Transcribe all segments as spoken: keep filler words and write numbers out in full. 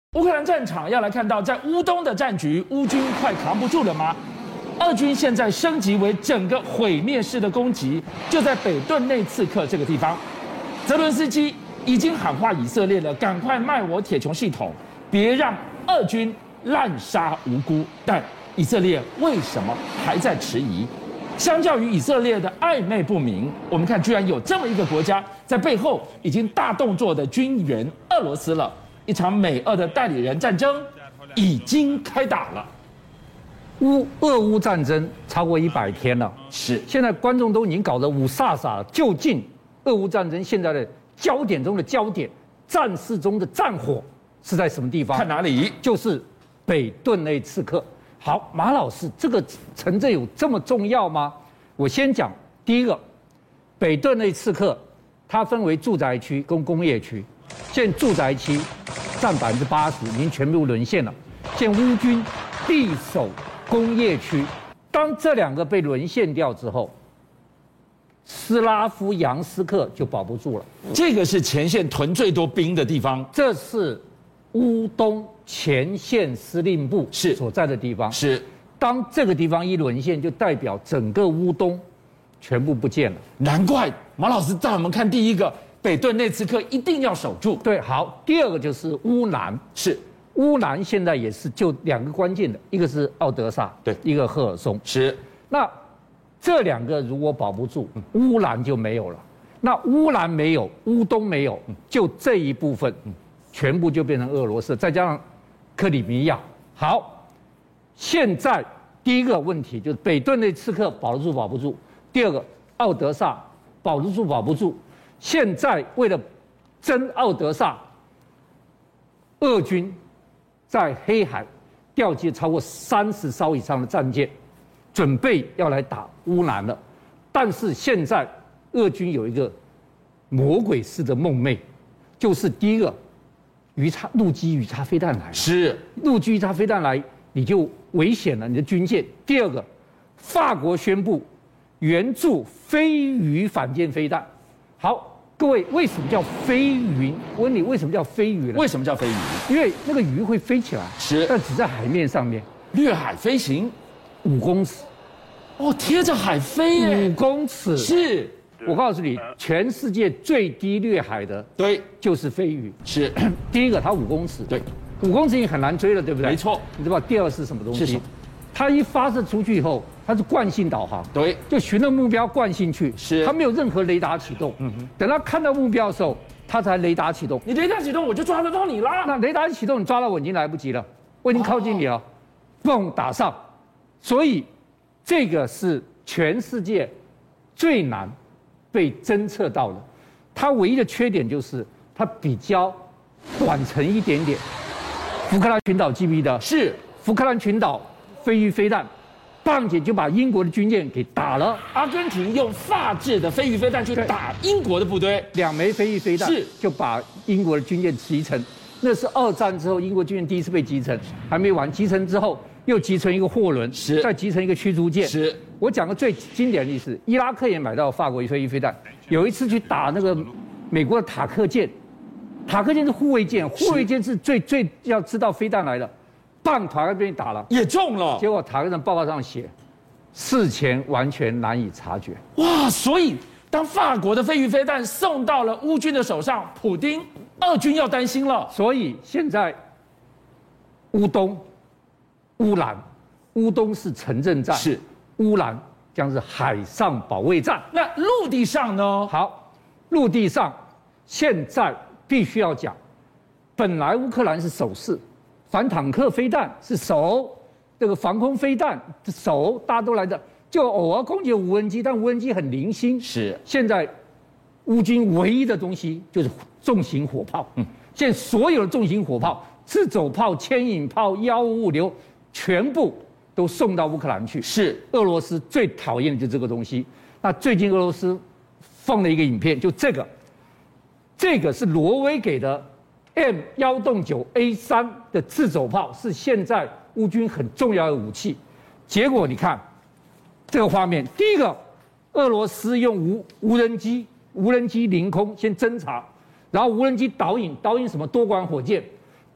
乌克兰战场要来看到，在乌东的战局，乌军快扛不住了吗？俄军现在升级为整个毁灭式的攻击，就在北顿内刺客这个地方。泽伦斯基已经喊话以色列了，赶快卖我铁穹系统，别让俄军滥杀无辜。但以色列为什么还在迟疑？相较于以色列的暧昧不明，我们看居然有这么一个国家在背后已经大动作的军援俄罗斯了。一场美俄的代理人战争已经开打了。 乌俄乌战争超过一百天了， 是现在观众都已经搞得五煞煞了。究竟俄乌战争现在的焦点中的焦点，战事中的战火是在什么地方？ 看哪里？ 就是北顿内刺客。好，马老师，这个城镇有这么重要吗？我先讲第一个，北顿内刺客，它分为住宅区跟工业区。现在住宅区占百分之八十，已经全部沦陷了。现在乌军必守工业区，当这两个被沦陷掉之后，斯拉夫扬斯克就保不住了。 这个是前线屯最多兵的地方， 这是乌东前线司令部是所在的地方。 是， 当这个地方一沦陷，就代表整个乌东全部不见了。 难怪马老师带我们看第一个。北顿内刺客一定要守住。 对，好。第二个就是乌南， 是乌南现在也是就两个关键的，一个是奥德萨， 对， 一个赫尔松。 是， 那这两个如果保不住，乌南就没有了。那乌南没有，乌东没有，就这一部分，全部就变成俄罗斯，再加上克里米亚。好，现在第一个问题就是北顿内刺客保得住保不住，第二个奥德萨保得住保不住。现在为了争奥德萨，俄军在黑海调集超过三十艘以上的战舰，准备要来打乌南了。但是现在俄军有一个魔鬼式的梦寐，就是第一个鱼叉陆基鱼叉飞弹来， 是陆基鱼叉飞弹来你就危险了，你的军舰。第二个，法国宣布援助飞鱼反舰飞弹。好，各位，为什么叫飞鱼？我问你，为什么叫飞鱼呢？ 为什么叫飞鱼？ 因为那个鱼会飞起来， 是， 但只在海面上面， 掠海飞行， 五公尺， 哦，贴着海飞耶， 五公尺。 是， 我告诉你，全世界最低掠海的， 对， 就是飞鱼。 是， 第一个它五公尺， 对， 五公尺已经很难追了，对不对？ 没错。 你知道第二个是什么东西？ 是什么？ 它一发射出去以后，它是惯性导航， 对， 就循着目标惯性去， 是， 它没有任何雷达启动。嗯哼，等它看到目标的时候，它才雷达启动。 你雷达启动，我就抓得到你啦。 那雷达一启动，你抓到我已经来不及了，我已经靠近你了，嘣，打上。所以这个是全世界最难被侦测到的。它唯一的缺点就是它比较短程一点点。福克兰群岛记不记得？ 是。 福克兰群岛飞鱼飞弹，棒姐就把英国的军舰给打了。 阿根廷用法制的飞鱼飞弹去打英国的部队， 两枚飞鱼飞弹是就把英国的军舰击沉。那是二战之后英国军舰第一次被击沉，还没完，击沉之后又击沉一个货轮， 是再击沉一个驱逐舰。 是我讲个最经典的例子，伊拉克也买到法国飞鱼飞弹，有一次去打那个美国的塔克舰，塔克舰是护卫舰，护卫舰是最最要知道飞弹来了。棒塔克被打了， 也中了。 结果塔克舰报告上写，事前完全难以察觉。 哇！所以当法国的飞鱼飞弹送到了乌军的手上，普丁俄军要担心了。 所以现在乌东、乌南，乌东是城镇战， 是乌南将是海上保卫战。 那陆地上呢？ 好，陆地上现在必须要讲，本来乌克兰是守势。反坦克飞弹是守，这个防空飞弹是守，大家都来的，就偶尔攻击无人机，但无人机很零星。 是， 现在乌军唯一的东西就是重型火炮。嗯，现在所有的重型火炮、自走炮、牵引炮、幺五五流，全部都送到乌克兰去。 是， 俄罗斯最讨厌的就是这个东西。那最近俄罗斯放了一个影片，就这个，这个是挪威给的。M 幺洞九 A 三的自走炮是现在乌军很重要的武器，结果你看这个画面，第一个，俄罗斯用无无人机无人机凌空先侦察，然后无人机导引导引什么多管火箭，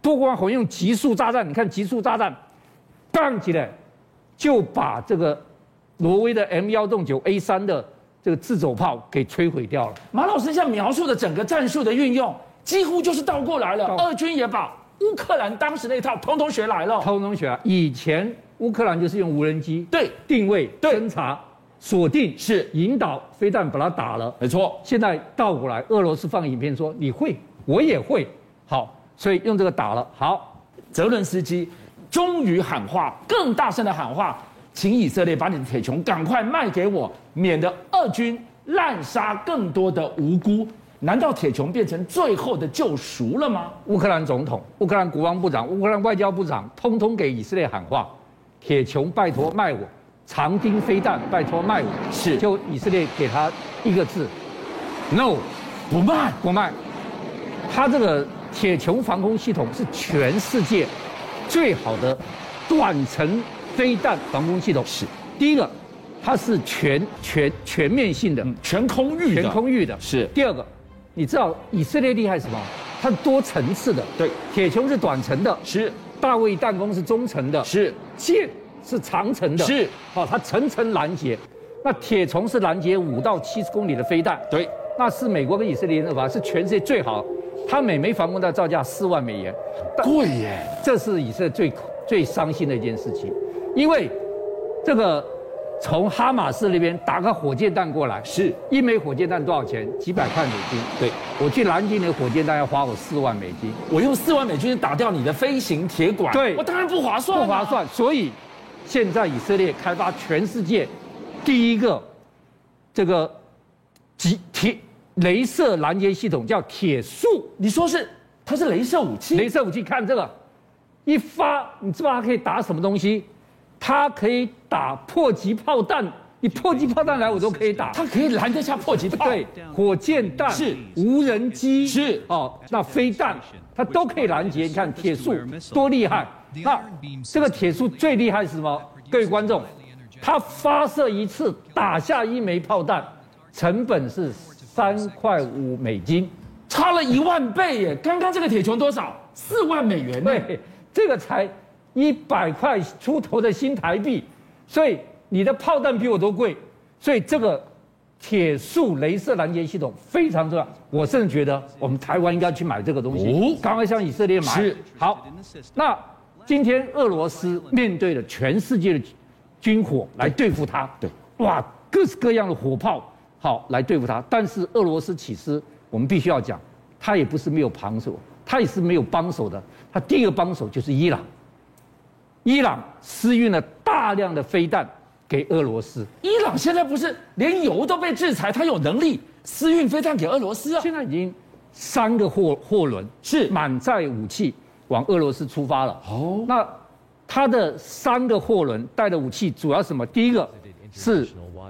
多管火用极速炸弹，你看极速炸弹，棒起来就把这个挪威的 M 一零九 A 三的这个自走炮给摧毁掉了。 马老师现在描述的整个战术的运用，几乎就是倒过来了。俄军也把乌克兰当时那套统统学来了， 统统学来。以前乌克兰就是用无人机对定位、 对侦察、锁定， 是引导飞弹把它打了。 没错。 现在倒过来，俄罗斯放影片说你会，我也会，好，所以用这个打了。好， 泽伦斯基终于喊话，更大声的喊话，请以色列把你的铁穹赶快卖给我，免得俄军滥杀更多的无辜。难道铁穹变成最后的救赎了吗？ 乌克兰总统、乌克兰国防部长、乌克兰外交部长，通通给以色列喊话：铁穹拜托卖我，长钉飞弹拜托卖我。 是， 就以色列给他一个字 ：no， 不卖， 不卖。他这个铁穹防空系统是全世界最好的短程飞弹防空系统。 是， 第一个，它是全全全面性的、 嗯、全空域的， 全空域的。 是， 第二个。你知道以色列厉害什么？它是多层次的。 对， 铁穹是短程的， 是； 大卫弹弓是中程的， 是； 箭是长程的， 是。 好，它层层拦截。那铁穹是拦截五到七十公里的飞弹， 对， 那是美国跟以色列联合法，是全世界最好。它每枚防空弹造价四万美元， 贵耶！ 这是以色列最最伤心的一件事情，因为这个。从哈马斯那边打个火箭弹过来， 是一枚火箭弹多少钱？几百块美金。 对， 我去南京的火箭弹要花我四万美金， 我用四万美金打掉你的飞行铁管， 对， 我当然不划算， 不划算。所以现在以色列开发全世界第一个这个极铁雷射拦截系统，叫铁束。 你说是它是雷射武器？ 雷射武器，看这个一发，你知道它可以打什么东西？它可以打迫击炮弹，你迫击炮弹来我都可以打。 它可以拦得下迫击炮， 对，火箭弹是， 无人机是， 哦，那飞弹它都可以拦截。你看铁束多厉害！那这个铁束最厉害是什么？各位观众，它发射一次打下一枚炮弹，成本是三块五美金， 差了一万倍耶！刚刚这个铁穹多少？四万美元。 对，这个才。一百块出头的新台币，所以你的炮弹比我都贵，所以这个铁束雷射拦截系统非常重要。我甚至觉得我们台湾应该去买这个东西，哦、赶快向以色列买。 是好，那今天俄罗斯面对了全世界的军火来对付它， 对， 哇，各式各样的火炮，好来对付它。但是俄罗斯其实我们必须要讲，它也不是没有帮手，它也是没有帮手的。它第一个帮手就是伊朗。伊朗私运了大量的飞弹给俄罗斯。 伊朗现在不是连油都被制裁，他有能力私运飞弹给俄罗斯啊？ 现在已经三个货货轮是满载武器往俄罗斯出发了。哦，那它的三个货轮带的武器主要是什么？第一个是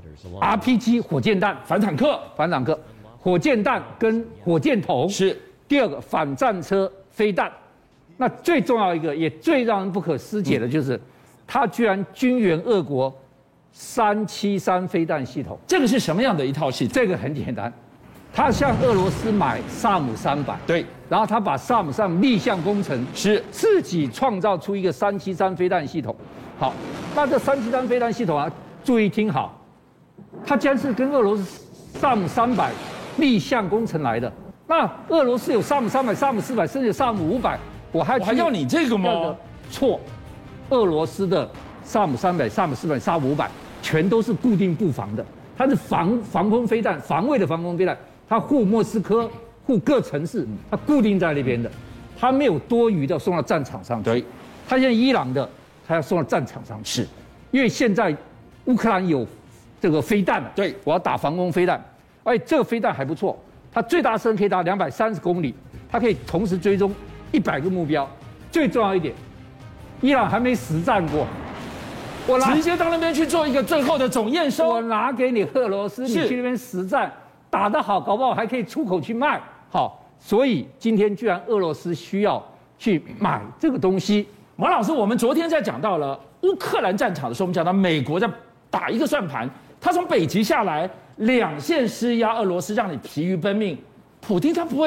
R P G 火箭弹、 反坦克、 反坦克、火箭弹跟火箭筒是。 第二个反战车飞弹。那最重要一个，也最让人不可思议的就是，他居然军援俄国三七三飞弹系统。 这个是什么样的一套系统？ 这个很简单，他向俄罗斯买萨姆三百， 对， 然后他把萨姆三逆向工程是自己创造出一个三七三飞弹系统。好，那这三七三飞弹系统啊，注意听好，它竟然是跟俄罗斯萨姆三百逆向工程来的。那俄罗斯有萨姆三百、萨姆四百，甚至有萨姆五百。我还我还要你这个吗？ 错，俄罗斯的萨姆三百、萨姆四百、萨姆五百全都是固定布防的，它是防防空飞弹、防卫的防空飞弹，它护莫斯科、护各城市，它固定在那边的，它没有多余的送到战场上去。 对， 它现在伊朗的，它要送到战场上去， 是， 因为现在乌克兰有这个飞弹了， 对， 我要打防空飞弹，而且这个飞弹还不错，它最大声可以达两百三十公里，它可以同时追踪一百个目标，最重要一点，伊朗还没实战过， 我直接到那边去做一个最后的总验收。 我拿给你俄罗斯，你去那边实战，打得好，搞不好还可以出口去卖。好，所以今天居然俄罗斯需要去买这个东西。 马老师，我们昨天在讲到了乌克兰战场的时候，我们讲到美国在打一个算盘，他从北极下来，两线施压俄罗斯，让你疲于奔命。普丁他不会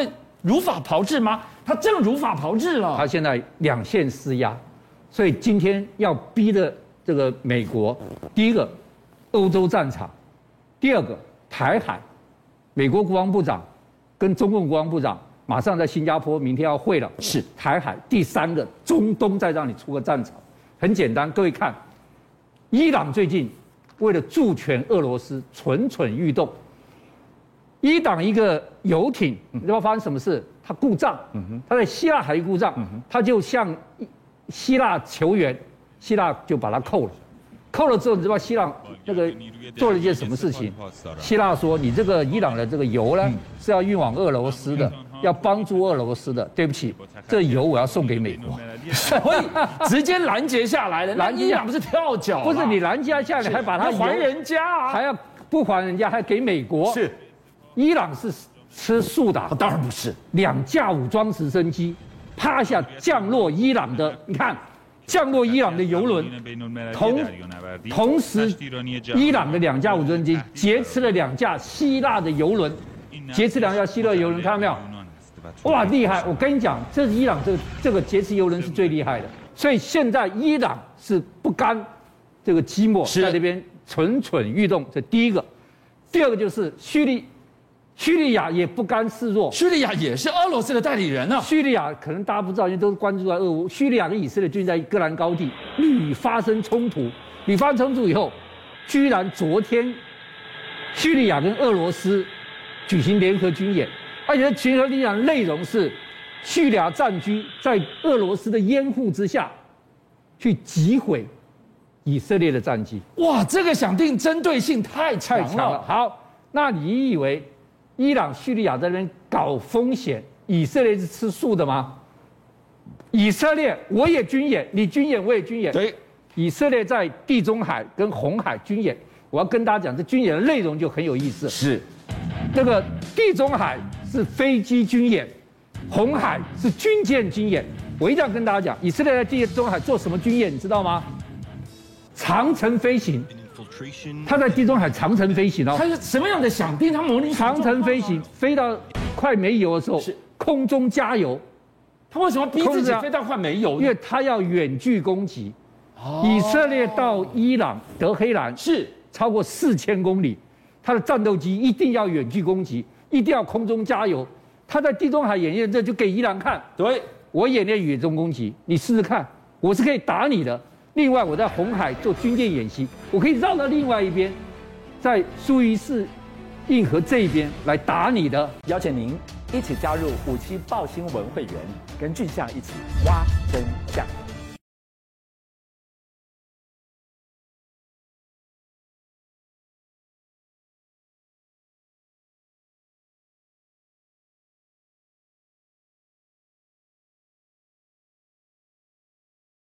如法炮制吗？他正如法炮制了。 他现在两线施压，所以今天要逼的这个美国，第一个欧洲战场，第二个台海，美国国防部长跟中共国防部长马上在新加坡明天要会了， 是台海，第三个中东再让你出个战场，很简单，各位看，伊朗最近为了助权俄罗斯蠢蠢欲动。伊朗一个游艇，你知道发生什么事？它故障，它在希腊海故障，它就向希腊求援，希腊就把它扣了。扣了之后，你知道希腊那个做了一件什么事情？希腊说：“你这个伊朗的这个油呢，是要运往俄罗斯的，要帮助俄罗斯的。对不起，这油我要送给美国。” 所以直接拦截下来了。那伊朗不是跳脚？ 不是你拦截下来，还把它还人家啊？ 还要不还人家，还给美国？ 是。 伊朗是吃素的、啊， 当然不是。 两架武装直升机趴下降落伊朗的，你看降落伊朗的油轮，同同时伊朗的两架武装机劫持了两架希腊的油轮，劫持两架希腊油轮，看到没有？哇，厉害！我跟你讲，这是伊朗这个这个劫持油轮是最厉害的，所以现在伊朗是不甘这个寂寞，在这边蠢蠢欲动，这第一个。第二个就是叙利。叙利亚也不甘示弱， 叙利亚也是俄罗斯的代理人啊。 叙利亚可能大家不知道，因为都是关注在俄乌。叙利亚跟以色列最近在戈兰高地屡发生冲突，屡发生冲突以后，居然昨天叙利亚跟俄罗斯举行联合军演，而且联合军演内容是叙利亚战机在俄罗斯的掩护之下，去击毁以色列的战机。 哇，这个想定针对性太强了。 太强了。好，那你以为？伊朗、叙利亚在那边搞风险，以色列是吃素的吗？以色列我也军演，你军演我也军演。 对， 以色列在地中海跟红海军演，我要跟大家讲，这军演的内容就很有意思。 是， 那个地中海是飞机军演，红海是军舰军演。我一定要跟大家讲，以色列在地中海做什么军演，你知道吗？长程飞行。他在地中海长程飞行哦， 他是什么样的想定？他模拟长程飞行，飞到快没油的时候，空中加油。 他为什么逼自己飞到快没油？ 因为他要远距攻击。哦、以色列到伊朗德黑兰是超过四千公里，他的战斗机一定要远距攻击，一定要空中加油。他在地中海演练，这就给伊朗看。 对， 我演练远中攻击，你试试看，我是可以打你的。另外，我在红海做军舰演习，我可以绕到另外一边，在苏伊士运河这一边来打你的。 邀请您一起加入五七爆新闻会员，跟俊相一起挖真相。